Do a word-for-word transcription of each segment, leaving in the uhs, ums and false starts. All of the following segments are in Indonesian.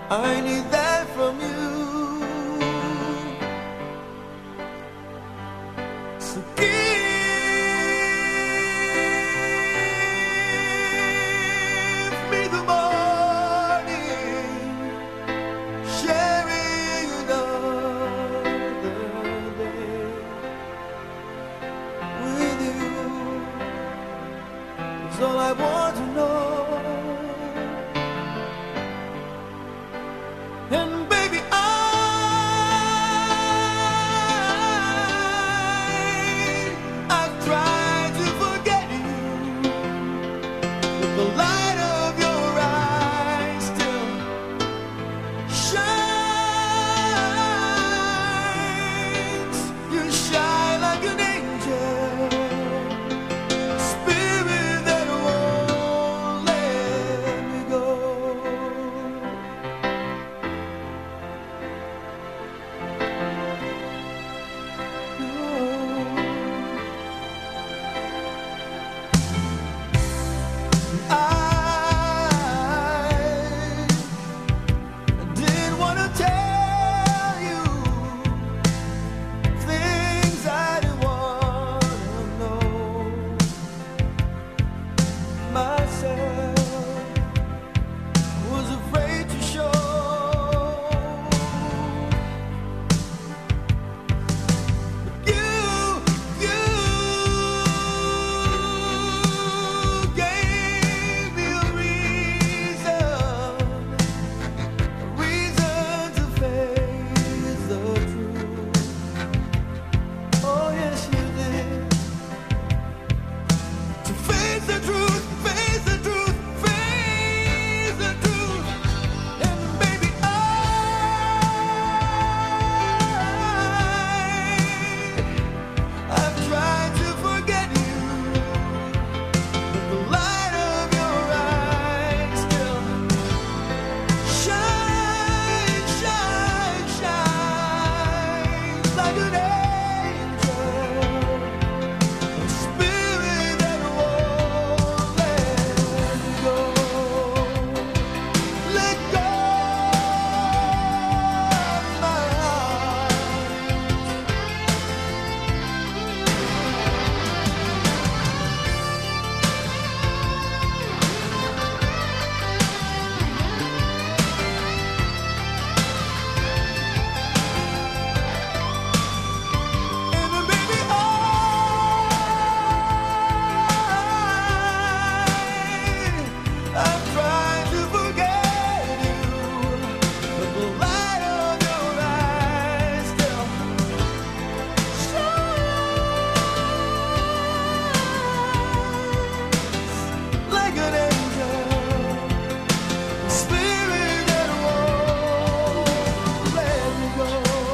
I need that from you. So give me the morning, sharing another day with you is all I want to know. And baby, I, I've tried to forget you, but the light of your eyes still shines. You shine like an angel, spirit that won't let me go. I didn't want to tell you things I didn't want to know myself. Was afraid to show. You, you gave me a reason, a reason to face the truth. Oh yes, you did. To face the truth, face the truth, face the truth. And baby, I, I've tried to forget you, but the light of your eyes still shine, shine, shines like an angel, a spirit that won't let go, let go of my heart. And baby, I, I've tried to forget you, but the light of your eyes still shines like an angel, spirit that won't let me go.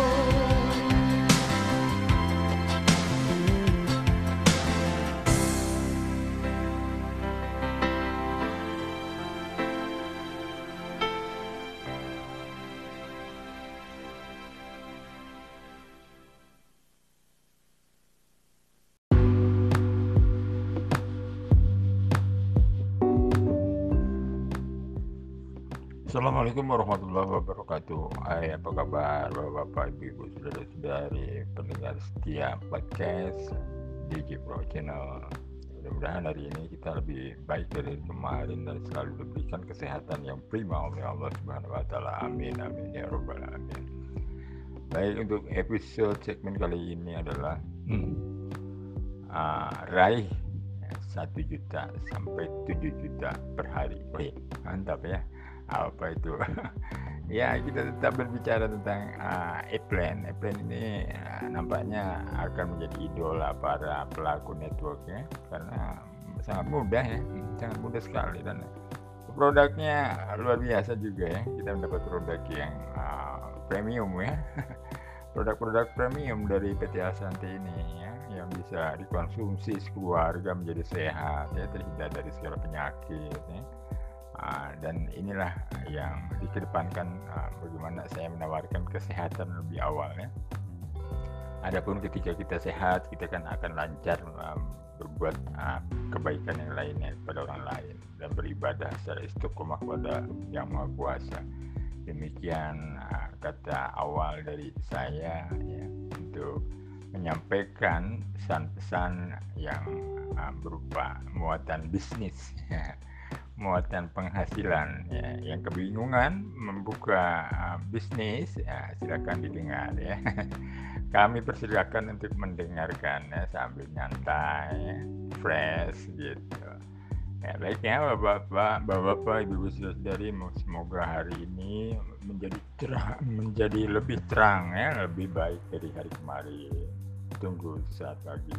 Assalamualaikum warahmatullahi wabarakatuh. Hai, apa kabar Bapak, Ibu, saudara-saudari pendengar setia podcast D J Pro Channel. Mudah-mudahan hari ini kita lebih baik dari kemarin dan selalu diberikan kesehatan yang prima oleh Allah Subhanahu wa taala. Amin amin ya rabbal alamin. Baik, untuk episode segmen kali ini adalah hmm, uh, raih satu juta sampai tujuh juta per hari. Wih, mantap ya. Apa itu? Ya, kita tetap berbicara tentang uh, e-plan. E-plan ini uh, nampaknya akan menjadi idola para pelaku networknya karena sangat mudah ya, sangat mudah sekali, dan produknya luar biasa juga ya. Kita mendapat produk yang uh, premium ya. Produk-produk premium dari P T Ashanti ini ya, yang bisa dikonsumsi sekeluarga menjadi sehat ya, terhindar dari segala penyakit ya. Uh, dan inilah yang dikedepankan, uh, bagaimana saya menawarkan kesehatan lebih awal ya. Adapun ketika kita sehat, kita kan akan lancar um, berbuat uh, kebaikan yang lainnya kepada orang lain dan beribadah secara istiqomah kepada Yang Maha Kuasa. Demikian uh, kata awal dari saya ya, untuk menyampaikan pesan-pesan yang uh, berupa muatan bisnis ya, muatan penghasilan ya. Yang kebingungan membuka uh, bisnis ya, silakan didengar ya. Kami persilakan untuk mendengarkan ya, sambil nyantai, fresh gitu. Ya, baiknya Bapak-bapak, Bapak-bapak, Ibu-ibu, saudari, semoga hari ini menjadi terang, menjadi lebih terang ya, lebih baik dari hari kemarin. Tunggu saat lagi.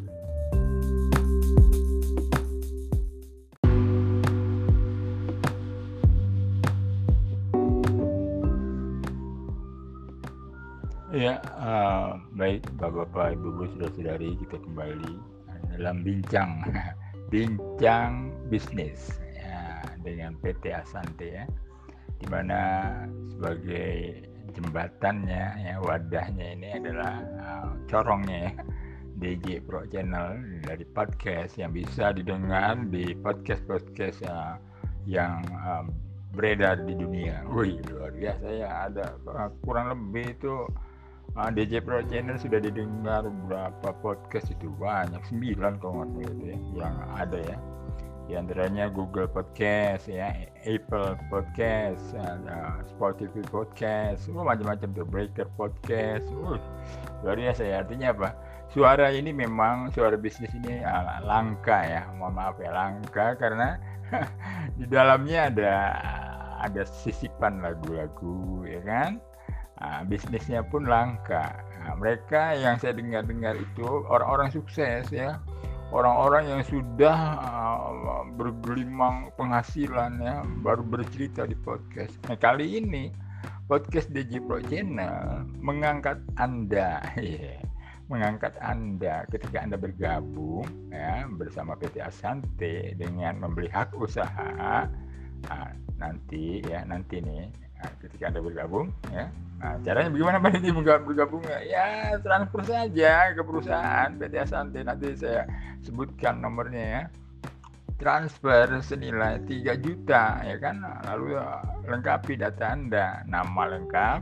Ya, uh, baik Bapak-bapak, Ibu-ibu, saudara-saudari, kita kembali dalam bincang bincang bisnis ya, dengan P T Asante ya, dimana sebagai jembatannya ya, wadahnya ini adalah uh, corongnya ya, D J Pro Channel dari podcast yang bisa didengar di podcast-podcast uh, yang uh, beredar di dunia. Wih, luar biasa ya, ada uh, kurang lebih itu uh, D J Pro Channel sudah didengar berapa podcast itu, banyak, sembilan kalau nggak salah itu ya, yang ada ya. Di antaranya Google Podcast ya, Apple Podcast, uh, Spotify Podcast, oh, macam-macam tuh, Breaker Podcast. Uh, luar biasa ya. Artinya apa? Suara ini memang, suara bisnis ini uh, langka ya, mohon maaf ya, langka karena di dalamnya ada ada sisipan lagu-lagu ya kan. Nah, bisnisnya pun langka. Nah, mereka yang saya dengar-dengar itu orang-orang sukses ya, orang-orang yang sudah uh, bergelimang penghasilan ya, baru bercerita di podcast. Nah, kali ini podcast D J Pro Channel mengangkat Anda, yeah, mengangkat Anda ketika Anda bergabung ya bersama P T Asante dengan membeli hak usaha. Nah, nanti ya, nanti nih, nah, ketika Anda bergabung ya. Nah, caranya bagaimana Pak ini bergabung? Ya, transfer saja ke perusahaan P T Asante. Nanti saya sebutkan nomornya ya. Transfer senilai tiga juta ya kan. Lalu lengkapi data Anda, nama lengkap,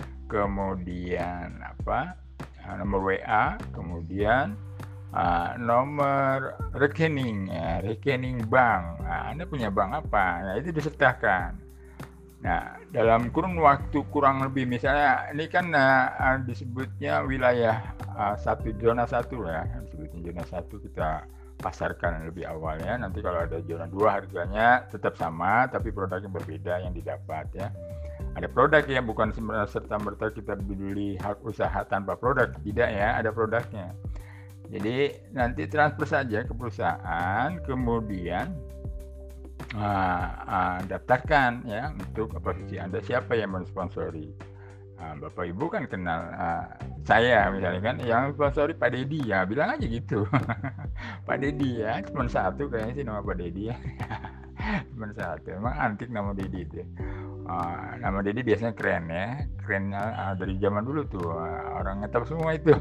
kemudian apa? Nomor W A, kemudian uh, nomor rekening ya, rekening bank. Nah, Anda punya bank apa? Nah, itu disertakan. Nah, dalam kurun waktu kurang lebih, misalnya ini kan uh, disebutnya wilayah uh, satu, zona satu ya, disebutnya zona satu, kita pasarkan lebih awal ya. Nanti kalau ada zona dua harganya tetap sama, tapi produknya berbeda yang didapat ya. Ada produk ya, bukan serta-merta kita beli hak usaha tanpa produk, tidak ya, ada produknya. Jadi nanti transfer saja ke perusahaan, kemudian Uh, uh, daftarkan ya untuk posisi Anda, siapa yang mensponsori. uh, Bapak Ibu kan kenal uh, saya misalnya kan, yang sponsori Pak Dedi ya, bilang aja gitu. Pak Dedi ya, cuma satu kayaknya sih nama Pak Dedi ya. Cuma satu, emang antik nama Dedi itu. Uh, nama Dedi biasanya keren ya, kerennya uh, dari zaman dulu tuh, uh, orang ngetop semua itu.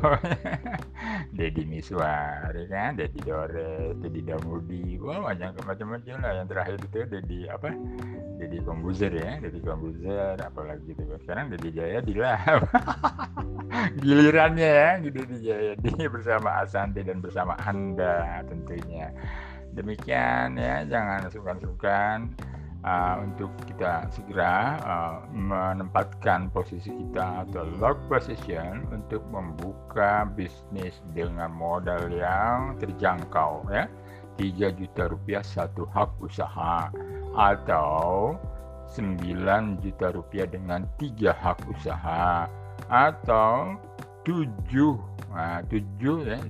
Deddy Miswar ya kan, Deddy Dores, Deddy Damudi, wah wow, macam-macam lah. Yang terakhir itu Deddy apa, Deddy Kombuzer ya, Deddy Kombuzer, apalagi gitu. Sekarang Deddy Jaya Dilap. Gilirannya ya, Deddy Jaya di bersama Asante dan bersama Anda tentunya. Demikian ya, jangan sungkan-sungkan uh, untuk kita segera uh, menempatkan posisi kita atau lock position untuk membuka bisnis dengan modal yang terjangkau ya, tiga juta rupiah satu hak usaha, atau sembilan juta rupiah dengan tiga hak usaha, atau tujuh, nah, tujuh ya,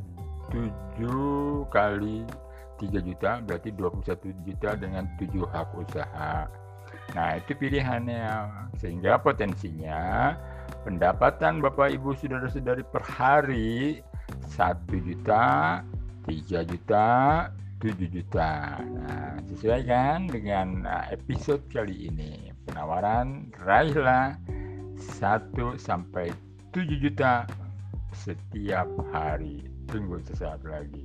tujuh kali tiga juta berarti dua puluh satu juta dengan tujuh hak usaha. Nah, itu pilihannya, sehingga potensinya pendapatan Bapak Ibu saudara-saudari per hari satu juta, tiga juta, tujuh juta. Nah, sesuaikan dengan episode kali ini. Penawaran raihlah satu sampai tujuh juta setiap hari. Tunggu sesaat lagi.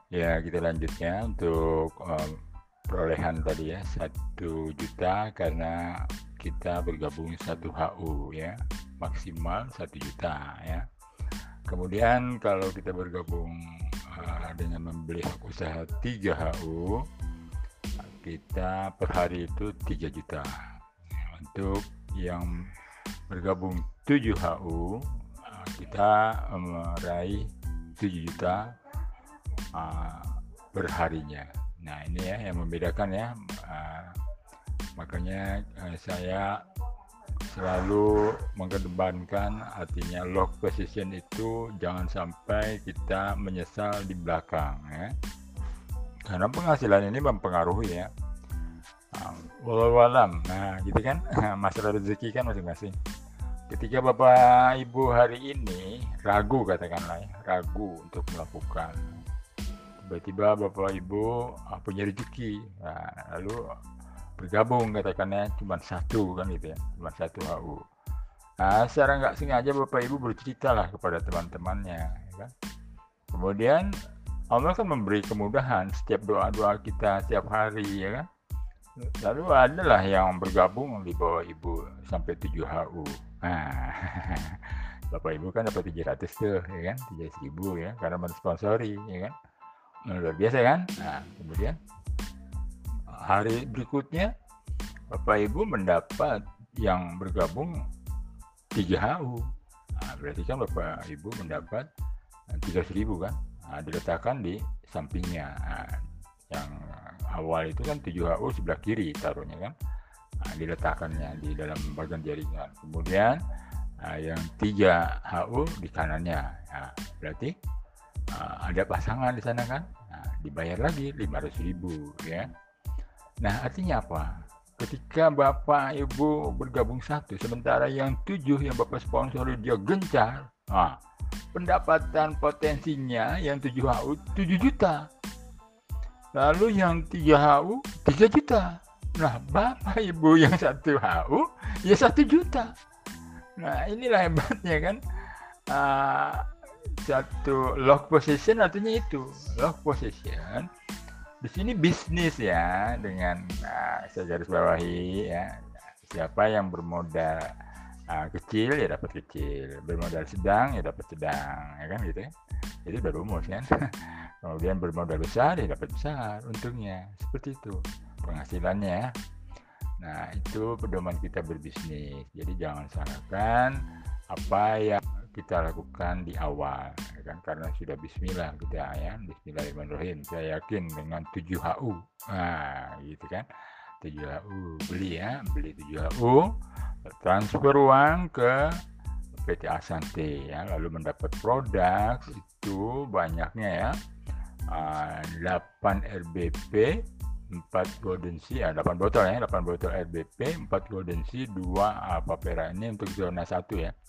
Ya, kita lanjutnya untuk em, perolehan tadi ya, satu juta karena kita bergabung satu H U ya, maksimal satu juta ya. Kemudian kalau kita bergabung uh, dengan membeli hak usaha tiga H U, kita per hari itu tiga juta. Untuk yang bergabung tujuh H U, uh, kita meraih tujuh juta uh, per harinya. Nah, ini ya yang membedakan ya. Uh, makanya uh, saya selalu mengedepankan, artinya lock position itu jangan sampai kita menyesal di belakang ya. Karena penghasilan ini mempengaruhi ya. Walau alam. Nah, gitu kan. Masalah rezeki kan masing-masing. Ketika Bapak Ibu hari ini ragu katakanlah ya, ragu untuk melakukan, tiba-tiba Bapak Ibu ah, punya rezeki, nah, lalu bergabung katakannya cuma satu kan gitu ya, cuma satu H U. Nah, secara nggak sengaja Bapak Ibu bercerita lah kepada teman-temannya, ya kan? Kemudian Allah kan memberi kemudahan setiap doa-doa kita setiap hari, ya kan? Lalu adalah yang bergabung di bawah Ibu sampai tujuh H U. Nah, Bapak Ibu kan dapat tujuh ratus tuh, ya kan? tujuh ratus ribu ya, karena mensponsori, ya kan? Luar biasa kan? Nah, kemudian hari berikutnya Bapak Ibu mendapat yang bergabung tiga H U. Nah, berarti kan Bapak Ibu mendapat tiga ratus ribu kan? Nah, diletakkan di sampingnya. Nah, yang awal itu kan tujuh H U sebelah kiri taruhnya kan? Nah, diletakkannya di dalam bagian jaringan. Kemudian nah, yang tiga H U di kanannya. Nah, berarti uh, ada pasangan di sana kan? Nah, dibayar lagi lima ratus ribu ya. Nah, artinya apa? Ketika Bapak Ibu bergabung satu, sementara yang tujuh yang Bapak sponsori dia gencar, nah, pendapatan potensinya yang tujuh H U tujuh juta. Lalu yang tiga H U tiga juta. Nah, Bapak Ibu yang satu H U ya satu juta. Nah, inilah hebatnya kan. Uh, satu lock position artinya itu. Lock position di sini bisnis ya, dengan nah, saya garis bawahi ya, siapa yang bermodal uh, kecil ya dapat kecil, bermodal sedang ya dapat sedang, ya kan gitu ya. Itu udah rumus kan. Kemudian bermodal besar ya dapat besar untungnya, seperti itu penghasilannya. Nah, itu pedoman kita berbisnis. Jadi jangan salahkan apa yang kita lakukan di awal, ya kan? Karena sudah bismillah kita ya, bismillahirrahmanirrahim. Saya yakin dengan tujuh H U, nah gitu kan, tujuh H U beli ya, beli tujuh H U, transfer uang ke P T Asante ya, lalu mendapat produk itu banyaknya ya, uh, delapan R B P, empat Golden Sea, ya, delapan botol ya, delapan botol R B P, empat Golden Sea, dua uh, Papera ini untuk zona satu ya.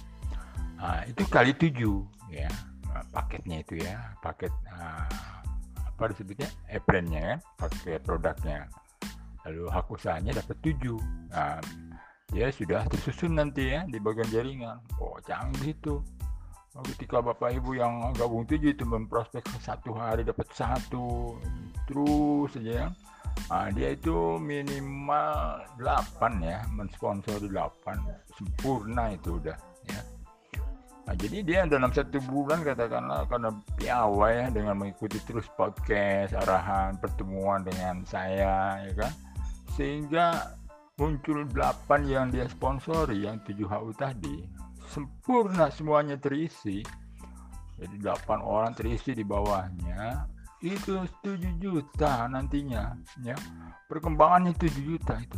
Nah, itu kali tujuh ya, paketnya itu ya, paket uh, apa disebutnya, e-brandnya kan, paket produknya. Lalu hak usahanya dapat tujuh. Nah, dia sudah tersusun nanti ya di bagian jaringan. Oh, canggih itu. Oh, ketika Bapak Ibu yang gabung tujuh itu memprospek satu hari dapat satu, terus saja ya. Nah, dia itu minimal delapan ya, mensponsori delapan, sempurna itu udah ya. Nah, jadi dia dalam satu bulan katakanlah karena piawai ya, dengan mengikuti terus podcast, arahan, pertemuan dengan saya ya kan, sehingga muncul delapan yang dia sponsori, yang tujuh H U tadi sempurna semuanya terisi. Jadi delapan orang terisi di bawahnya, itu tujuh juta nantinya ya. Perkembangannya tujuh juta itu.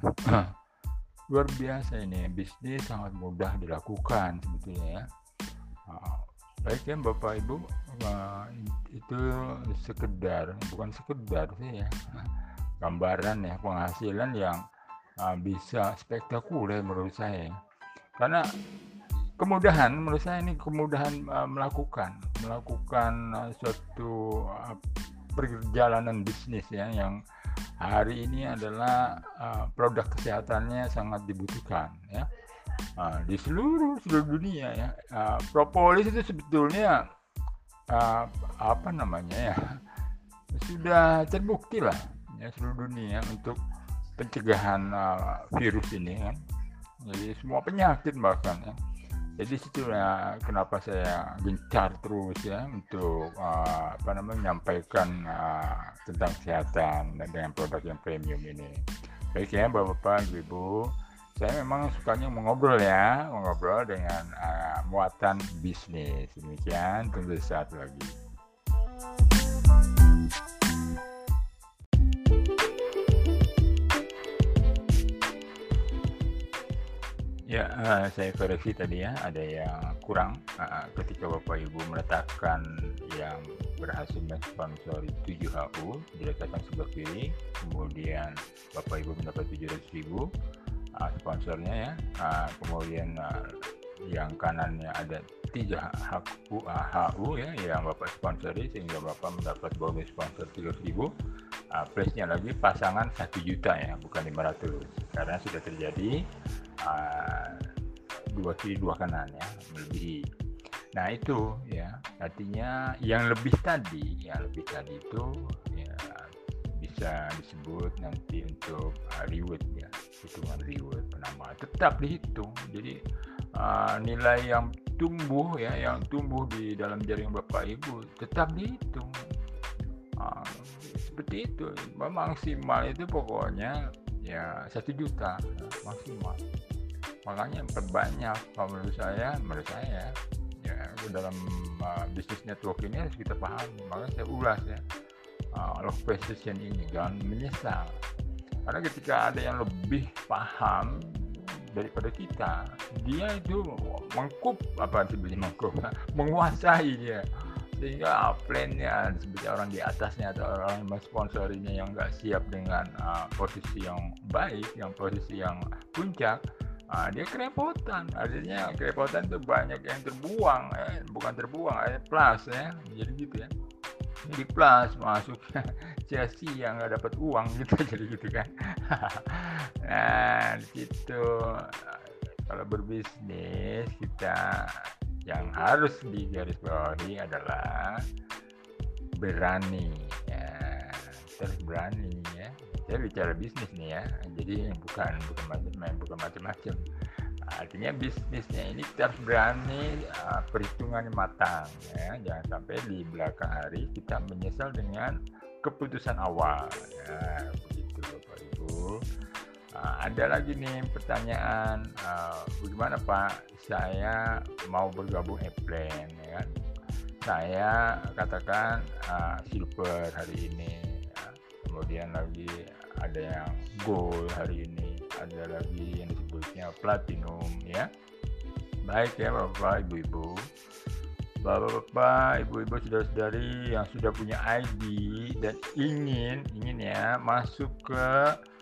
Luar biasa ini, bisnis sangat mudah dilakukan sebetulnya ya. Nah, baik ya Bapak Ibu, nah, itu sekedar, bukan sekedar sih ya, gambaran ya penghasilan yang uh, bisa spektakuler menurut saya. Karena kemudahan, menurut saya ini kemudahan uh, melakukan, melakukan uh, suatu uh, perjalanan bisnis ya, yang hari ini adalah uh, produk kesehatannya sangat dibutuhkan ya, uh, di seluruh seluruh dunia ya. Uh, propolis itu sebetulnya uh, apa namanya ya, sudah terbukti lah ya seluruh dunia untuk pencegahan uh, virus ini kan. Jadi semua penyakit bahkan ya. Jadi situ ya kenapa saya gencar terus ya untuk uh, apa namanya menyampaikan uh, tentang kesehatan dan dengan produk yang premium ini. Baik ya Bapak-bapak, Ibu, saya memang sukanya mengobrol ya, mengobrol dengan uh, muatan bisnis. Demikian, tunggu saat lagi. Ya, uh, saya koreksi tadi ya, ada yang kurang uh, ketika Bapak Ibu meletakkan yang berhasil mensponsori tujuh H U, diletakkan sebelah kiri, kemudian Bapak Ibu mendapat tujuh ratus ribu uh, sponsornya ya, uh, kemudian uh, yang kanannya ada tiga H U, uh, H U ya yang Bapak sponsori sehingga Bapak mendapat bonus sponsor tiga ratus ribu. Uh, plusnya lagi pasangan satu juta ya, bukan lima ratus, karena sudah terjadi uh, dua kiri dua kanan ya, melebihi. Nah itu ya, artinya yang lebih tadi, yang lebih tadi itu ya bisa disebut nanti untuk uh, reward ya, hitungan reward penambahan tetap dihitung. Jadi uh, nilai yang tumbuh ya, yang tumbuh di dalam jaringan Bapak Ibu tetap dihitung. Uh, seperti itu, maksimal itu pokoknya ya satu juta ya, maksimal. Makanya perbanyak kalau menurut saya, menurut saya ya dalam uh, bisnis network ini harus kita pahami. Makanya saya ulas ya uh, law of precision ini, jangan menyesal. Karena ketika ada yang lebih paham daripada kita, dia itu mengkup apa sebetulnya mengkup, menguasai dia. Sehingga plan-nya seperti orang di atasnya atau orang yang mensponsorinya yang nggak siap dengan uh, posisi yang baik, yang posisi yang puncak, uh, dia kerepotan. Artinya kerepotan itu banyak yang terbuang, eh, bukan terbuang, ada plus ya, jadi gitu ya. Jadi plus masuk sia-sia nggak dapat uang gitu, jadi gitu kan. Nah di situ kalau berbisnis kita yang harus digarisbawahi adalah berani ya, terus berani ya. Saya bicara bisnis nih ya, jadi bukan bukan macam bukan macam-macam. Artinya bisnisnya ini kita harus berani, uh, perhitungannya matang ya, jangan sampai di belakang hari kita menyesal dengan keputusan awal ya, begitu Bapak Ibu. Uh, ada lagi nih pertanyaan, uh, bagaimana Pak, saya mau bergabung Eplen ya kan? Saya katakan uh, silver hari ini ya. Kemudian lagi ada yang gold hari ini, ada lagi yang disebutnya platinum ya. Baik ya Bapak Ibu-ibu, Bapak-bapak, Ibu-ibu, saudara-saudari yang sudah punya I D dan ingin ingin ya masuk ke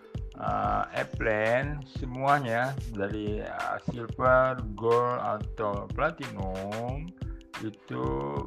Uh, Eplen semuanya dari uh, silver, gold atau platinum itu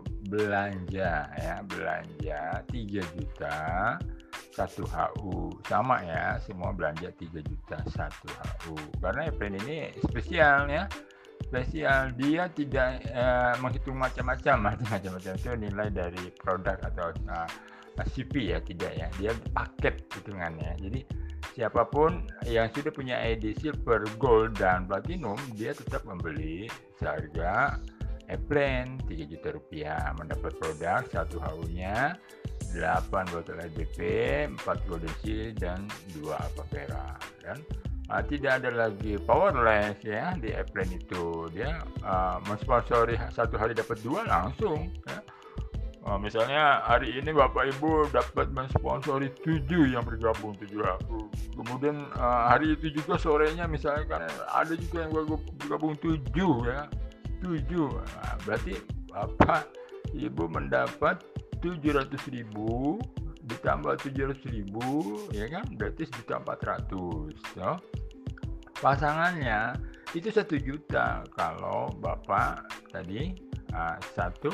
belanja ya, belanja tiga juta satu H U, sama ya, semua belanja tiga juta satu H U. Karena Eplen ini spesial ya, spesial, dia tidak uh, menghitung macam-macam macam-macam itu nilai dari produk atau uh, C P ya, tidak ya, dia paket hitungannya. Jadi siapapun yang sudah punya I D silver, gold, dan platinum, dia tetap membeli seharga Eplen tiga juta rupiah, mendapat produk satu H U-nya, delapan botol L B P, empat Golden Seal, dan dua Aquafera. Dan uh, tidak ada lagi powerless ya di Eplen itu, dia uh, mensponsori satu hari dapat dua langsung ya. Nah, misalnya hari ini Bapak Ibu dapat mensponsori tujuh yang bergabung tujuh H U. Kemudian uh, hari itu juga sorenya misalnya kan ada juga yang bergabung tujuh ya. tujuh. Nah, berarti Bapak Ibu mendapat tujuh ratus ribu ditambah tujuh ratus ribu ya kan, berarti sejuta empat ratus ya. Pasangannya itu satu juta kalau Bapak tadi uh, satu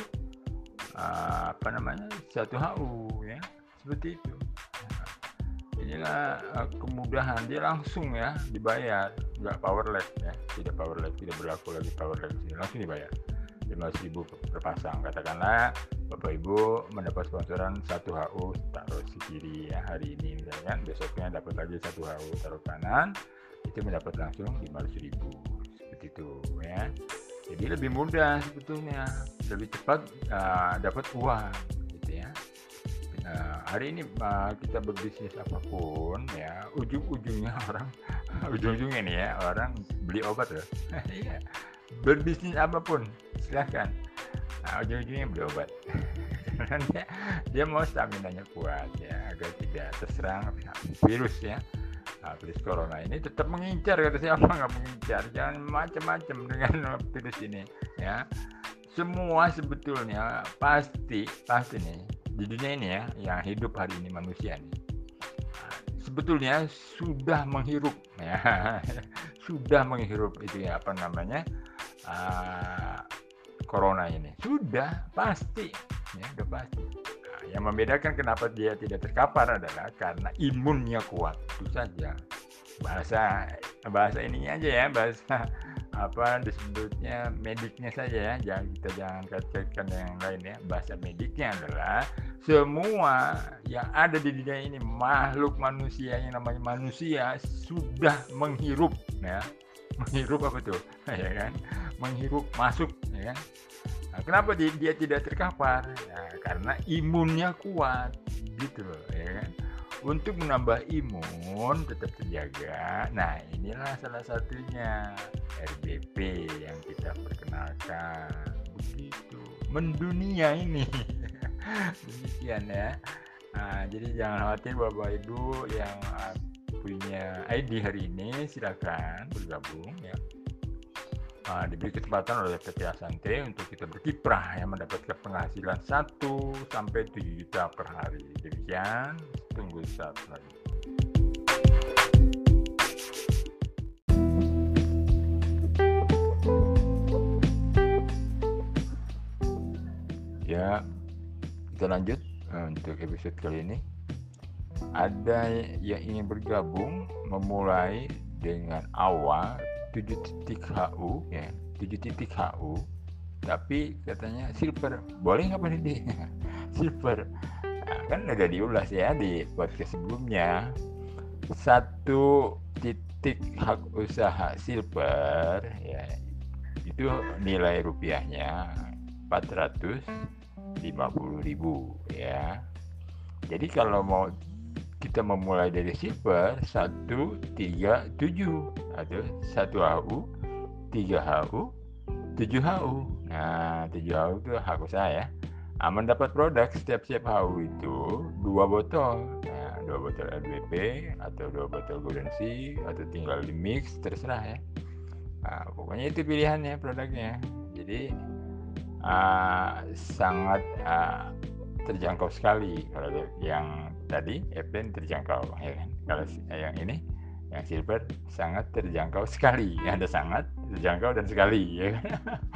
Uh, apa namanya satu H U ya, seperti itu. Nah, inilah uh, kemudahan, dia langsung ya dibayar, nggak powerless ya, tidak powerless, tidak berlaku lagi powerless, langsung dibayar. lima ratus ribu per pasang. Katakanlah Bapak Ibu mendapat sponsoran satu H U taruh di kiri ya hari ini misalkan, besoknya dapat lagi satu H U taruh kanan, itu mendapat langsung lima ratus ribu seperti itu ya. Jadi lebih mudah sebetulnya, lebih cepat uh, dapat uang gitu ya. Uh, hari ini uh, kita berbisnis apapun ya, ujung-ujungnya orang ujung-ujungnya nih ya orang beli obat loh. Iya, berbisnis apapun silahkan. Nah, ujung-ujungnya beli obat. dia, dia mau stamina-nya kuat ya agar tidak terserang virus ya. Nah, virus corona ini tetap mengincar, kata siapa nggak mengincar, jangan macam-macam dengan virus ini ya. Semua sebetulnya pasti pasti nih di dunia ini ya, yang hidup hari ini manusia nih, sebetulnya sudah menghirup ya, sudah menghirup itu ya apa namanya uh, corona ini, sudah pasti ya, sudah pasti. Nah, yang membedakan kenapa dia tidak terkapar adalah karena imunnya kuat, itu saja. Bahasa bahasa ininya aja ya, bahasa apa disebutnya mediknya saja ya, jangan kita jangan kaitkan yang lain ya. Bahasa mediknya adalah semua yang ada di dunia ini, makhluk manusia yang namanya manusia sudah menghirup ya, menghirup apa tuh ya kan, menghirup masuk ya kan. Nah, kenapa dia, dia tidak terkapar? Nah, karena imunnya kuat gitu loh ya kan. Untuk menambah imun tetap terjaga. Nah, inilah salah satunya R B P yang kita perkenalkan. Begitu. Mendunia ini. Demikian ya. Nah, jadi jangan khawatir Bapak Ibu yang punya I D hari ini, silakan bergabung ya. Nah, diberi kesempatan oleh P T Asante untuk kita berkiprah ya, mendapatkan penghasilan satu sampai tujuh juta per hari. Demikian, tunggu saat lagi. Ya, kita lanjut untuk episode kali ini. Ada yang ingin bergabung memulai dengan awal tujuh titik H U ya, tujuh titik H U, tapi katanya silver, boleh nggak Pak Didi? Silver, nah, kan udah diulas ya di podcast sebelumnya. Satu titik hak usaha silver ya, itu nilai rupiahnya empat ratus lima puluh ribu ya. Jadi kalau mau kita memulai dari silver satu tiga tujuh atau satu H U, tiga H U, tujuh H U. Nah, tujuh H U itu hak usaha ya. Nah, mendapat produk setiap-setiap H U itu dua botol. Nah, dua botol R B P atau dua botol Golden Sea atau tinggal di mix, terserah ya. Nah, pokoknya itu pilihannya produknya. Jadi uh, sangat uh, terjangkau sekali. Kalau yang tadi Eplen terjangkau ya kan. Kalau yang ini yang silver sangat terjangkau sekali. Ada sangat terjangkau dan sekali ya kan.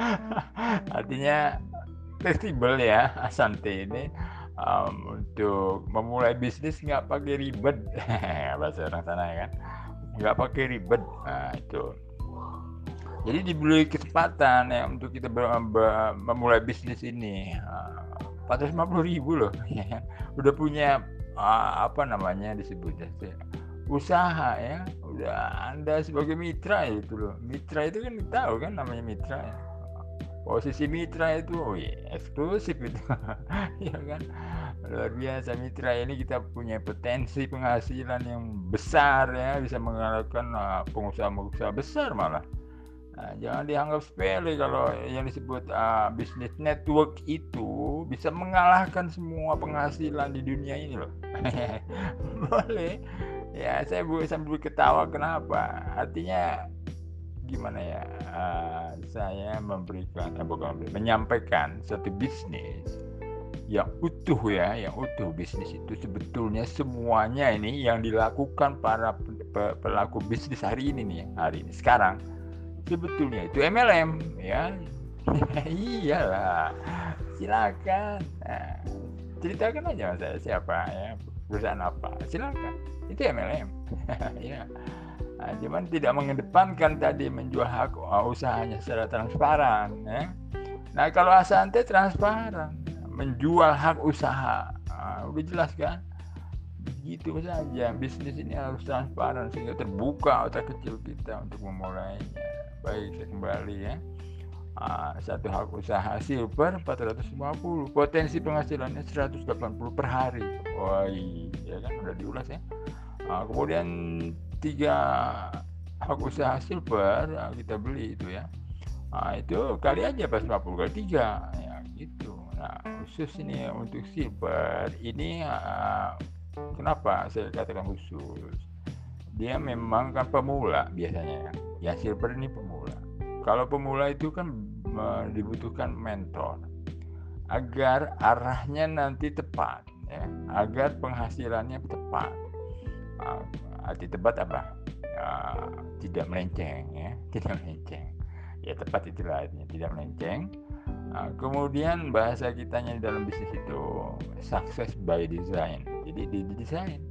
Artinya fleksibel ya Asante ini um, untuk memulai bisnis nggak pakai ribet. Bahasa orang sana ya kan, nggak pakai ribet. Nah, itu jadi diberi kesempatan ya untuk kita ber, ber, memulai bisnis ini. Empat ratus lima puluh ribu loh ya. Udah punya uh, apa namanya disebutnya usaha ya, udah Anda sebagai mitra itu loh. Mitra itu kan tahu kan namanya mitra ya. Posisi mitra itu oh iya, eksklusif itu. Ya kan, luar biasa. Mitra ini kita punya potensi penghasilan yang besar ya, bisa mengalahkan uh, pengusaha-pengusaha besar malah. Nah, jangan dianggap sepele kalau yang disebut uh, bisnis network itu bisa mengalahkan semua penghasilan di dunia ini loh. Boleh ya, saya sambil ketawa. Kenapa? Artinya gimana ya, uh, saya memberikan eh, bukan menyampaikan satu bisnis yang utuh ya, yang utuh. Bisnis itu sebetulnya semuanya ini yang dilakukan para pelaku bisnis hari ini nih, hari ini sekarang sebetulnya itu M L M ya. Iyalah, silakan. Nah, ceritakan aja saya siapa ya, perusahaan apa, silakan. Itu M L M. Ya. Nah, cuman tidak mengedepankan tadi menjual hak usahanya secara transparan ya. Nah kalau Asante transparan, menjual hak usaha, nah, udah jelas kan? Gitu saja, bisnis ini harus transparan sehingga terbuka otak kecil kita untuk memulainya. Baik, saya kembali ya. Ah, satu hak usaha silver empat ratus lima puluh, potensi penghasilannya seratus delapan puluh per hari. Wah, iya kan udah diulas ya. Ah, kemudian tiga hak usaha silver ah, kita beli itu ya. Ah, itu kali aja pas lima puluh kali tiga ya gitu. Nah, khusus ini untuk silver ini ah, kenapa saya katakan khusus? Dia memang kan pemula biasanya ya. Ya silver ini pemula. Kalau pemula itu kan uh, dibutuhkan mentor agar arahnya nanti tepat, ya, agar penghasilannya tepat. Uh, arti tepat apa? Uh, tidak melenceng, ya, tidak melenceng. Ya tepat itulah artinya, tidak melenceng. Uh, kemudian bahasa kitanya di dalam bisnis itu success by design. Jadi di, di desain,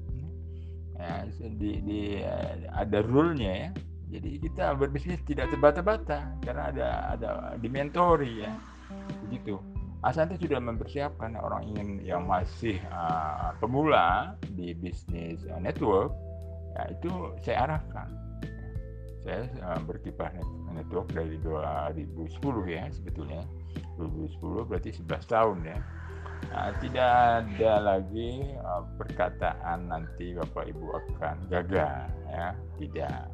ya, di, di ada rule-nya ya. Jadi kita berbisnis tidak terbata-bata karena ada ada dimentori ya, begitu. Asante sudah mempersiapkan orang ingin yang masih uh, pemula di bisnis uh, network, ya itu saya arahkan. Saya uh, berkiprah network dari dua ribu sepuluh ya sebetulnya, dua ribu sepuluh berarti sebelas tahun ya. Nah, tidak ada lagi uh, perkataan nanti Bapak Ibu akan gagal ya, tidak.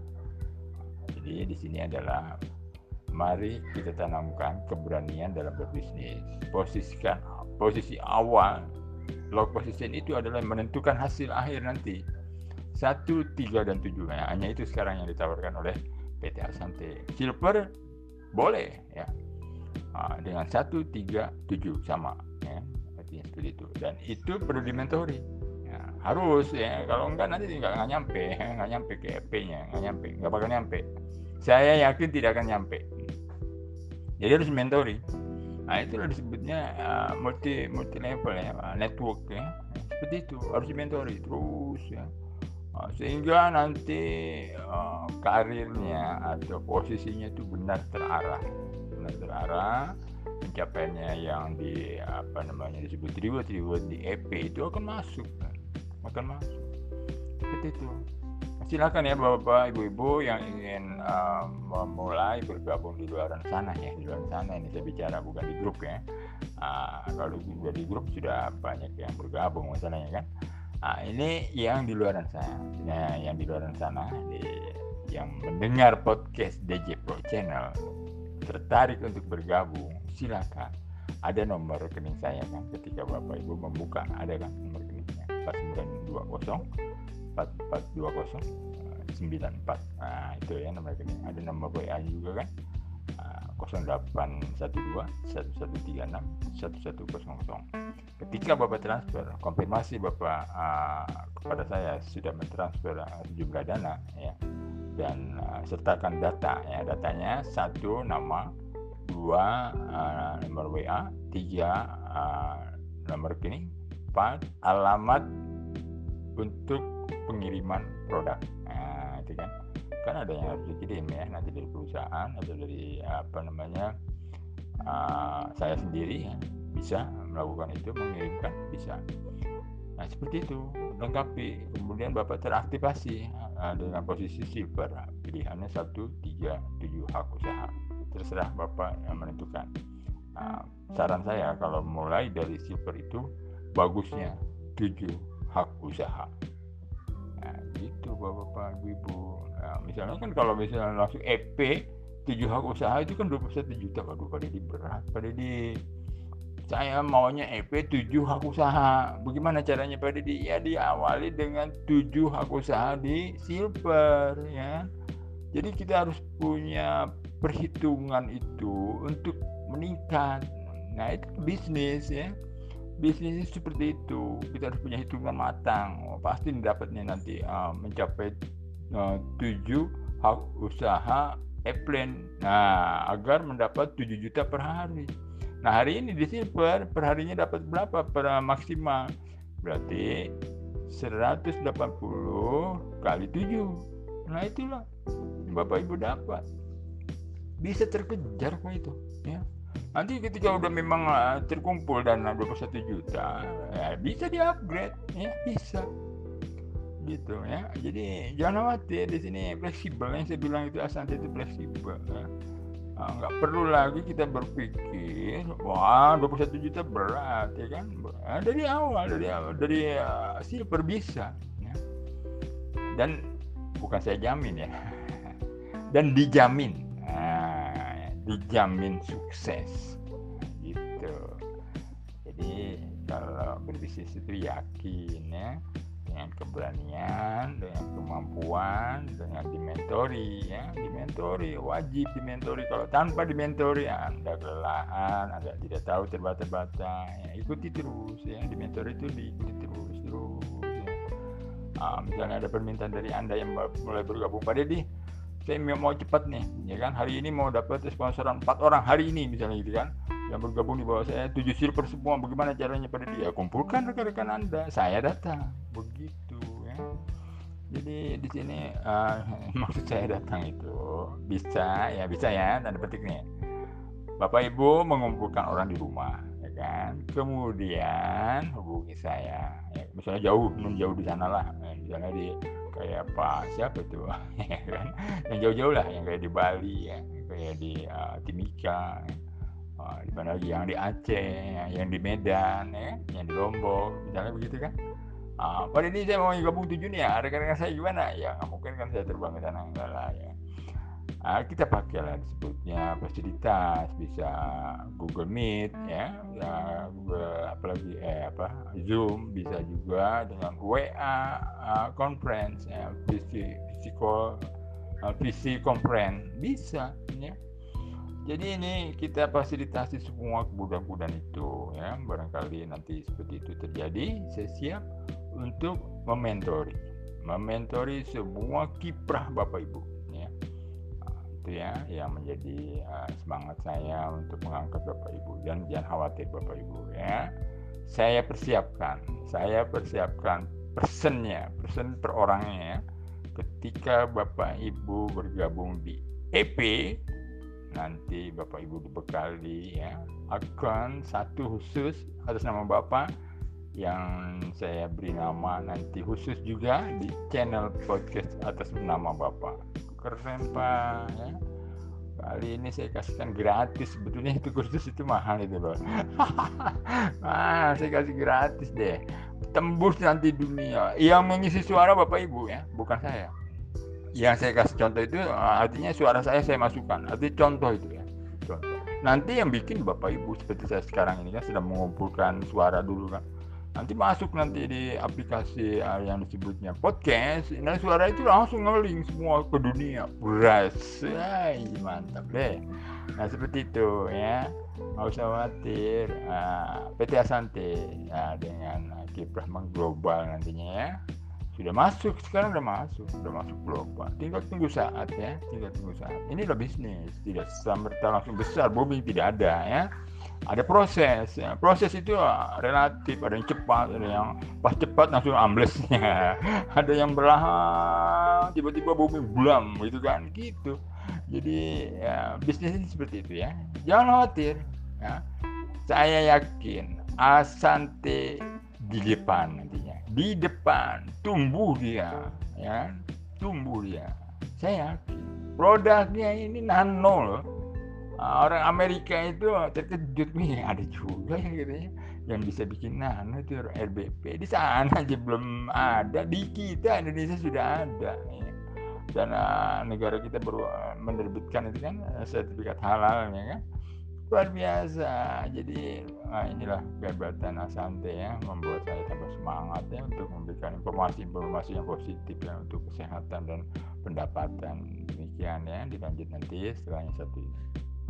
Jadi di sini adalah mari kita tanamkan keberanian dalam berbisnis. Posisikan posisi awal, low position itu adalah menentukan hasil akhir nanti. Satu, tiga dan tujuh. Nah, hanya itu sekarang yang ditawarkan oleh P T Asante. Silver boleh ya. Nah, dengan satu, tiga, tujuh sama ya. Artinya seperti itu. Dan itu perlu dimentori. Ya, harus ya, kalau enggak nanti nggak nggak nyampe, nggak nyampe ke E P-nya, nggak nyampe, nggak bakal nyampe. Saya yakin tidak akan nyampe. Jadi harus mentori. Nah itulah disebutnya uh, multi multi level ya, network ya. Seperti itu harus mentori terus ya. Uh, sehingga nanti uh, karirnya atau posisinya itu benar terarah, benar terarah. Pencapaiannya yang di apa namanya disebut reward-reward di E P itu akan masuk, kan? akan masuk. Seperti itu. Silakan ya Bapak Ibu-ibu yang ingin uh, memulai bergabung di luar sana ya, di luar sana ini saya bicara bukan di grup ya. Uh, kalau sudah di grup sudah banyak yang bergabung masalahnya kan. Nah, ini yang di luar sana. Nah, yang di luar sana di, yang mendengar podcast D J Pro Channel tertarik untuk bergabung, silakan. Ada nomor rekening saya kan ketika Bapak Ibu membuka, ada kan nomor rekeningnya empat sembilan dua nol empat empat dua nol sembilan empat. Nah, itu ya nomor rekening. Ada nomor W A juga kan. nol delapan satu dua satu satu tiga enam satu satu nol nol. Ketika Bapak transfer, konfirmasi Bapak uh, kepada saya sudah mentransfer uh, jumlah dana ya. Dan uh, sertakan data ya, datanya satu nama, dua uh, nomor W A, tiga uh, nomor rekening, empat alamat untuk pengiriman produk. Nah, itu kan kan ada yang harus dikirim ya, nanti dari perusahaan atau dari apa namanya uh, saya sendiri ya, bisa melakukan itu, mengirimkan bisa. Nah seperti itu, lengkapi. Kemudian Bapak teraktivasi uh, dengan posisi silver, pilihannya satu, tiga, tujuh hak usaha. Terserah Bapak yang menentukan. Nah, saran saya kalau mulai dari silver itu bagusnya tujuh hak usaha. Nah gitu Bapak Ibu. Nah, misalnya kan kalau misalnya langsung E P tujuh hak usaha itu kan dua puluh satu juta. Waduh, pada di berat, pada di saya maunya E P tujuh hak usaha. Bagaimana caranya Pak Dedi? Ya diawali dengan tujuh hak usaha di silver ya. Jadi kita harus punya perhitungan itu untuk meningkat. Nah, itu bisnis ya. Bisnis seperti itu. Kita harus punya hitungan matang. Oh, pasti dapatnya nanti uh, mencapai uh, tujuh hak usaha E-plan. Nah, agar mendapat tujuh juta per hari. Nah hari ini di silver perharinya dapat berapa per maksimal? Berarti seratus delapan puluh kali tujuh. Nah itulah Bapak Ibu dapat. Bisa terkejar kok itu ya. Nanti ketika udah memang uh, terkumpul dana dua puluh satu juta, ya bisa di-upgrade, ya bisa. Gitu ya. Jadi jangan khawatir, di sini fleksibel, yang saya bilang itu Asante itu fleksibel ya. Ah, nggak perlu lagi kita berpikir wah dua puluh satu juta berat ya kan. Ah, dari awal dari awal dari uh, silver bisa ya. Dan bukan saya jamin ya. Dan dijamin. Nah, dijamin sukses. Nah, gitu. Jadi kalau berbisnis itu yakin ya, dengan keberanian, dengan kemampuan, dengan dimentori ya, dimentori wajib dimentori. Kalau tanpa dimentori Anda kelelahan, Anda tidak tahu terbata-bata, ya, ikuti terus ya, dimentori itu diikuti terus terus. Ya. Ah, misalnya ada permintaan dari Anda yang mulai bergabung, Pak Deddy, saya mau cepat nih, ya kan, hari ini mau dapat sponsoran empat orang hari ini misalnya gitu kan, yang bergabung di bawah saya tujuh silver semua, bagaimana caranya pada dia? Kumpulkan rekan-rekan Anda, saya datang, begitu ya. Jadi di sini uh, maksud saya datang itu bisa ya, bisa ya, tanda petik nih. Bapak Ibu mengumpulkan orang di rumah, ya kan, kemudian hubungi saya, ya, misalnya jauh, menjauh di sana lah, misalnya di kayak Pak siapa tuh, ya kan, yang jauh-jauh lah, yang kayak di Bali ya, kayak di uh, Timika. Oh, di mana lagi, yang di Aceh, yang di Medan, ya, yang di Lombok, misalnya begitu kan. Ah, pada ini saya mau gabung tujuh nih ya, rekan-rekan saya gimana? Ya nggak mungkin kan saya terbang ke sana, enggak lah ya. Ah, kita pakai lah disebutnya fasilitas, bisa Google Meet ya, ya Google apalagi eh apa Zoom, bisa juga dengan W A uh, conference, ya, physical uh, visi conference bisa ya. Jadi ini kita fasilitasi semua kemudahan-kemudahan itu ya, barangkali nanti seperti itu terjadi, saya siap untuk mementori, mementori semua kiprah Bapak Ibu ya. Nah, itu ya yang menjadi uh, semangat saya untuk mengangkat Bapak Ibu, dan jangan khawatir Bapak Ibu ya. Saya persiapkan, saya persiapkan persennya, persen per orangnya ya. Ketika Bapak Ibu bergabung di E P, nanti Bapak Ibu dibekali ya, akun satu khusus atas nama Bapak yang saya beri nama nanti khusus juga di channel podcast atas nama Bapak. Keren Pak ya. Kali ini saya kasihkan gratis, sebetulnya itu kursus itu mahal itu loh. Ah, saya kasih gratis deh. Tembus nanti dunia. Yang mengisi suara Bapak Ibu ya, bukan saya. Yang saya kasih contoh itu artinya suara saya saya masukkan, artinya contoh itu ya, contoh. Nanti yang bikin Bapak Ibu seperti saya sekarang ini kan sedang mengumpulkan suara dulu kan, nanti masuk nanti di aplikasi uh, yang disebutnya podcast, nah suara itu langsung nge-link semua ke dunia, beras, mantap deh. Nah seperti itu ya, nggak usah khawatir. uh, P T Asante uh, dengan kiprah mengglobal nantinya ya, sudah masuk, sekarang udah masuk, udah masuk global. Tinggal tunggu saat ya, tinggal tunggu saat. Ini udah bisnis, tidak serta langsung besar, booming tidak ada ya. Ada proses, ya. Proses itu relatif, ada yang cepat, ada yang pas cepat langsung amblesnya, ada yang berlahan, tiba-tiba booming bulam, gitu kan, gitu. Jadi ya, bisnis ini seperti itu ya. Jangan khawatir, ya. Saya yakin Asante di depan nantinya, di depan tumbuh dia ya, tumbuh dia, saya yakin. Produknya ini nano loh. Orang Amerika itu terkejut nih, ada juga ya katanya yang bisa bikin nano itu R B P, di sana aja belum ada, di kita Indonesia sudah ada ya. Dan uh, negara kita baru menerbitkan itu kan sertifikat halalnya kan, luar biasa. Jadi nah inilah kehebatan Asante ya, membuat saya tambah semangat ya untuk memberikan informasi-informasi yang positif ya untuk kesehatan dan pendapatan. Demikian ya, dilanjut nanti setelah yang satu ini.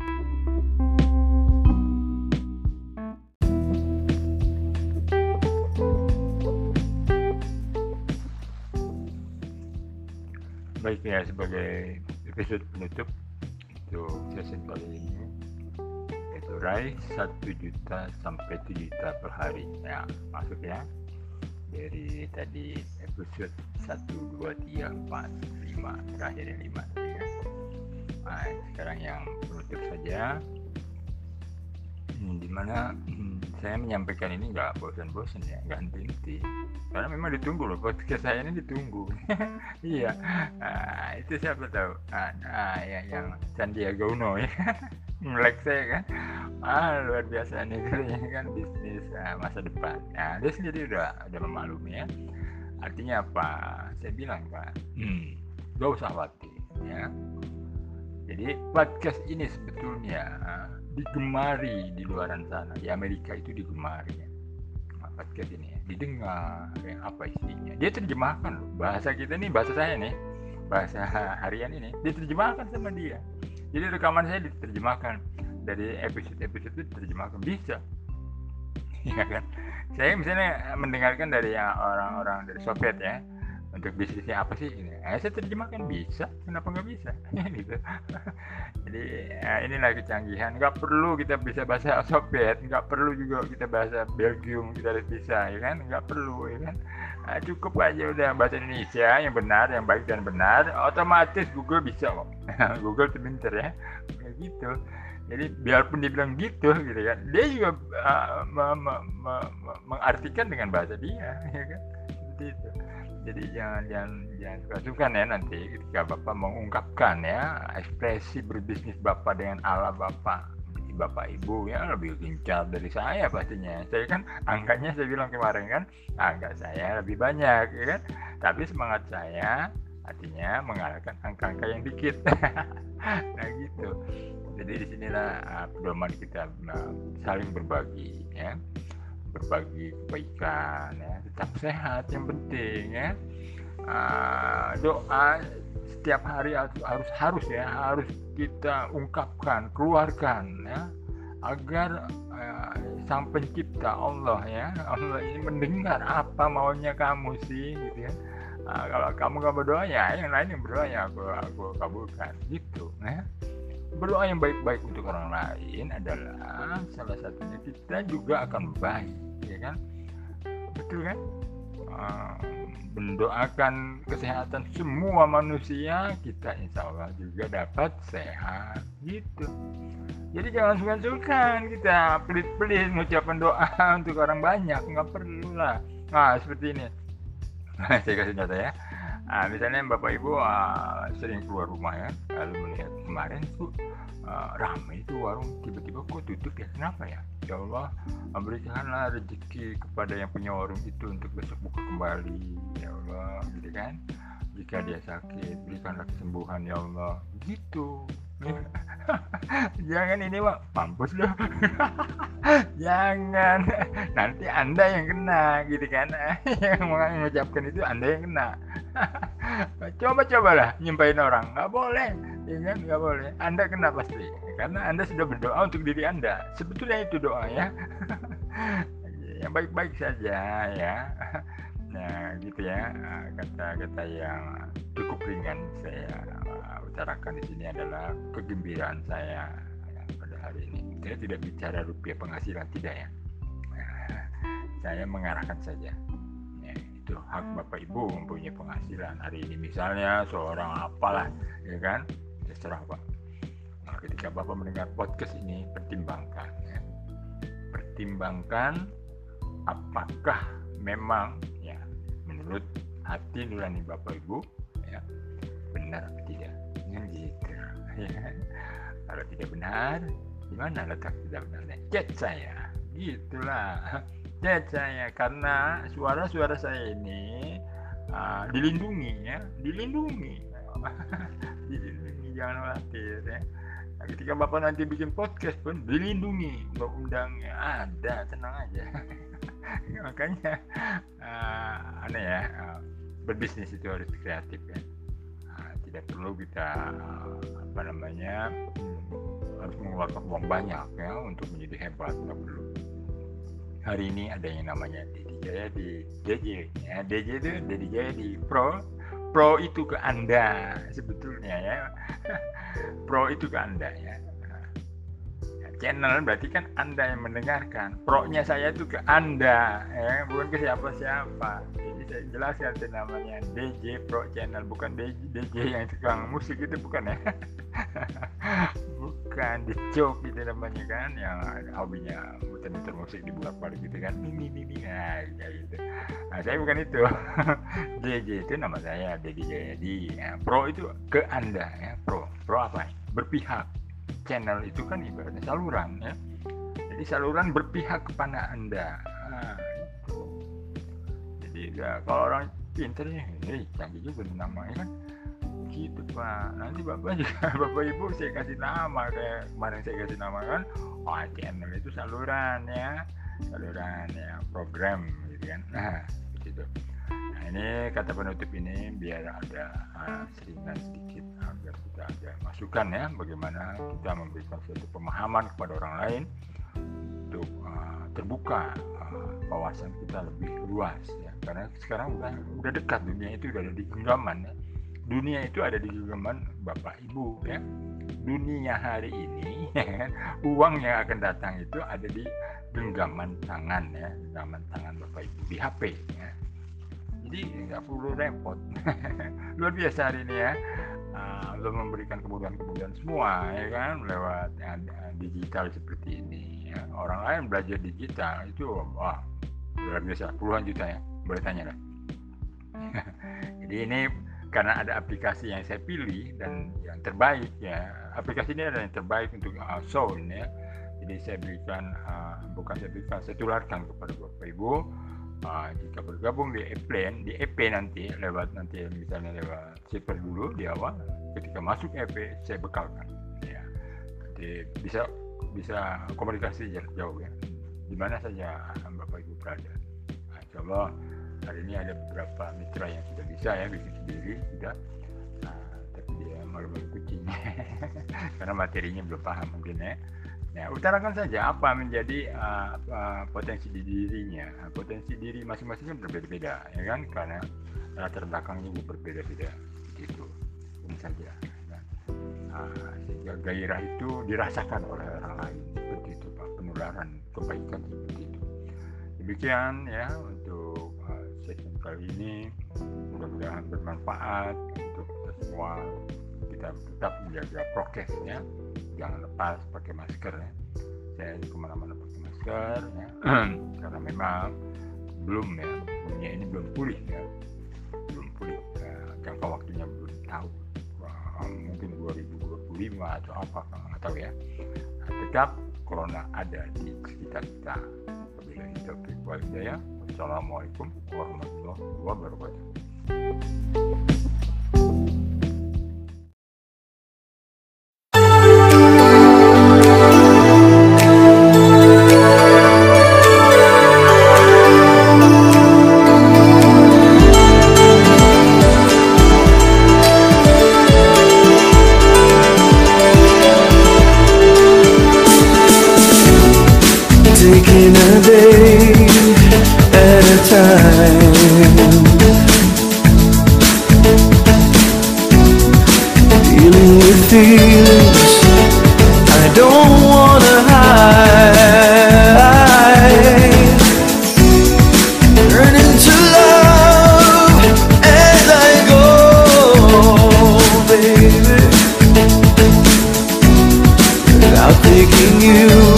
Baik ya, sebagai episode penutup untuk sesi kali ini, itu raih satu juta sampai tujuh juta per hari ya, masuk ya, dari tadi episode satu, dua, tiga, empat, lima, terakhir yang lima ya. Nah, sekarang yang penutup saja, dimana hmm, saya menyampaikan ini nggak bosan-bosan ya, nggak henti-henti, karena memang ditunggu loh, podcast saya ini ditunggu. Iya. Nah, itu siapa tahu, ah, ah, ya, yang Sandiaga Uno ya. Melek saya kan, ah luar biasa nih katanya kan, bisnis ah, masa depan. Nah dia sendiri udah udah memaklumi ya. Artinya apa? Saya bilang Pak, hmm, gak usah khawatir ya. Jadi podcast ini sebetulnya ah, digemari di luaran sana, di Amerika itu digemari ya. Nah, podcast ini ya, didengar ya, apa isinya. Dia terjemahkan loh, bahasa kita nih, bahasa saya nih, bahasa harian ini diterjemahkan sama dia. Jadi rekaman saya diterjemahkan, dari episode-episode itu diterjemahkan, bisa. Ya kan? Saya misalnya mendengarkan dari yang orang-orang dari Soviet ya, untuk bisnisnya apa sih ini, eh, saya terjemahkan, bisa, kenapa nggak bisa? Gitu. Jadi eh, inilah kecanggihan, nggak perlu kita bisa bahasa Soviet, nggak perlu juga kita bahasa Belgium kita harus bisa, ya kan? Nggak perlu, ya kan? Nah, cukup aja udah bahasa Indonesia yang benar, yang baik dan benar, otomatis Google bisa kok. Google tuh pinter ya, kayak gitu. Jadi biarpun dia bilang gitu, gitu kan, dia juga uh, me- me- me- me- mengartikan dengan bahasa dia, ya kan, seperti itu. Jadi jangan jangan jangan suka-sukan ya nanti ketika Bapak mengungkapkan ya ekspresi berbisnis Bapak dengan ala Bapak, Bapak Ibu ya lebih gencar dari saya pastinya. Saya kan angkanya saya bilang kemarin kan, angka saya lebih banyak ya kan. Tapi semangat saya artinya mengalahkan angka-angka yang dikit. Nah gitu. Jadi disinilah uh, pedoman kita uh, saling berbagi ya. Berbagi kebaikan ya, tetap sehat yang penting ya. Uh, doa setiap hari harus harus harus ya harus kita ungkapkan, keluarkan ya, agar uh, sang pencipta Allah ya, Allah ini mendengar apa maunya kamu sih gitu ya. Uh, kalau kamu gak berdoa ya yang lain yang berdoa ya aku aku kabulkan gitu ya. Berdoa yang baik-baik untuk orang lain adalah salah satunya kita juga akan baik, ya kan? Betul kan? Uh, mendoakan kesehatan semua manusia, kita insya Allah juga dapat sehat, gitu. Jadi jangan sungkan-sungkan kita pelit-pelit mengucapkan doa untuk orang banyak, nggak perlu lah. Nah seperti ini, saya kasih contoh ya. Nah, misalnya Bapak Ibu uh, sering keluar rumah ya, lalu melihat kemarin tuh uh, ramai itu warung, tiba-tiba kok tutup ya, kenapa ya? Ya Allah, berikanlah rezeki kepada yang punya warung itu untuk besok buka kembali, ya Allah, gitu kan? Jika dia sakit, berikanlah kesembuhan ya Allah, gitu. Jangan ini Pak, mampus loh. Jangan, nanti Anda yang kena, gitu kan? Yang mengucapkan itu Anda yang kena. Coba-cobalah nyempain orang, nggak boleh, ya kan? Nggak boleh. Anda kena pasti, karena Anda sudah berdoa untuk diri Anda. Sebetulnya itu doa ya, yang baik-baik saja ya. Nah gitu ya, kata-kata yang cukup ringan saya utarakan di sini adalah kegembiraan saya ya, pada hari ini. Saya tidak bicara rupiah penghasilan, tidak ya. Nah, saya mengarahkan saja. Ya, itu hak Bapak Ibu mempunyai penghasilan hari ini. Misalnya seorang apalah, ya kan, terserah Pak. Nah, ketika Bapak mendengar podcast ini, pertimbangkan, ya. pertimbangkan apakah memang ya menurut hati nurani Bapak Ibu ya benar atau tidak. Gitu ya. Kalau tidak benar, di mana letak tidak benarnya? Chat saya, gitulah. Chat saya karena suara-suara saya ini uh, dilindungi ya, dilindungi, dilindungi, jangan khawatir ya. Nah, ketika Bapak nanti bikin podcast pun dilindungi, undang-undangnya ada, tenang aja. Makanya uh, aneh ya, uh, berbisnis itu harus kreatif ya. Tidak perlu kita apa namanya harus mengeluarkan uang banyak ya untuk menjadi hebat, nggak perlu. Hari ini ada yang namanya Dedi Jaya di D J ya, D J itu Dedi Jaya di Pro. Pro itu ke Anda sebetulnya ya. Pro itu ke Anda ya. Channel berarti kan Anda yang mendengarkan. Pro-nya saya itu ke Anda ya, bukan ke siapa-siapa. Jadi saya jelaskan itu namanya D J Pro Channel, bukan D J, D J yang tukang musik itu bukan ya. Bukan. bukan di cok gitu namanya kan, yang hobinya muter-muter musik di bolak-balik gitu kan, mimi mimi nah kayak gitu. Nah saya bukan itu. J J itu nama saya Dedi Jayadi. Ya, pro itu ke Anda ya, pro pro apa? Berpihak. Channel itu kan ibaratnya saluran ya. Jadi saluran berpihak kepada Anda. Nah, itu. Jadi ya, kalau orang pinter ya, hey, canggih juga namanya kan. Gitu Pak, nanti Bapak juga Bapak Ibu saya kasih nama kayak kemarin saya kasih nama kan, oh channel itu saluran ya, saluran ya program gitu kan. Nah gitu. Nah ini kata penutup ini biar ada uh, seringan sedikit agar kita ada masukan ya, bagaimana kita memberikan suatu pemahaman kepada orang lain untuk uh, terbuka uh, wawasan kita lebih luas ya, karena sekarang udah udah dekat, dunia itu udah ada di genggaman ya. Dunia itu ada di genggaman Bapak Ibu ya. Dunia hari ini uang yang akan datang itu ada di genggaman tangan ya, genggaman tangan Bapak Ibu di H P ya. Jadi nggak perlu repot. Luar biasa hari ini ya. Uh, lo memberikan kemudahan-kemudahan semua ya kan lewat uh, digital seperti ini ya. Orang lain belajar digital itu wah luar biasa, puluhan juta ya, boleh tanya lah. Jadi ini karena ada aplikasi yang saya pilih dan yang terbaik ya, aplikasi ini adalah yang terbaik untuk uh, sound ya. Jadi saya berikan uh, bukan saya berikan, saya tularkan kepada Bapak Ibu uh, jika bergabung di e-plan, di E P nanti lewat nanti misalnya lewat shipper dulu di awal, ketika masuk E P saya bekalkan ya. Jadi bisa bisa komunikasi jarak jauh ya, di mana saja Bapak Ibu berada. Nah, coba hari ini ada beberapa mitra yang sudah bisa ya bikin sendiri sudah, nah, tapi dia malu-malu kucing karena materinya belum paham mungkin ya. Nah, utarakan saja apa menjadi uh, uh, potensi di dirinya. Nah, potensi diri masing-masing kan berbeda-beda ya kan, karena latar belakangnya juga berbeda-beda gitu. Ini saja. Nah, uh, sehingga gairah itu dirasakan oleh orang lain seperti itu Pak, penularan kebaikan seperti itu. Demikian ya untuk sesi kali ini, mudah-mudahan bermanfaat untuk kita semua. Kita tetap menjaga prokes ya, jangan lepas pakai masker ya. Saya kemana-mana pakai masker ya, karena memang belum ya, dunia ini belum pulih ya, belum pulih ya, jangka waktunya belum tahu. Wah, mungkin dua ribu dua puluh lima atau apa nggak tahu ya. Nah, tetap corona ada di sekitar kita. Wabillahi taufiq wal hidayah. Assalamualaikum warahmatullahi wabarakatuh. Taking a day at a time, dealing with feelings I don't wanna hide, learning to love as I go, baby, without taking you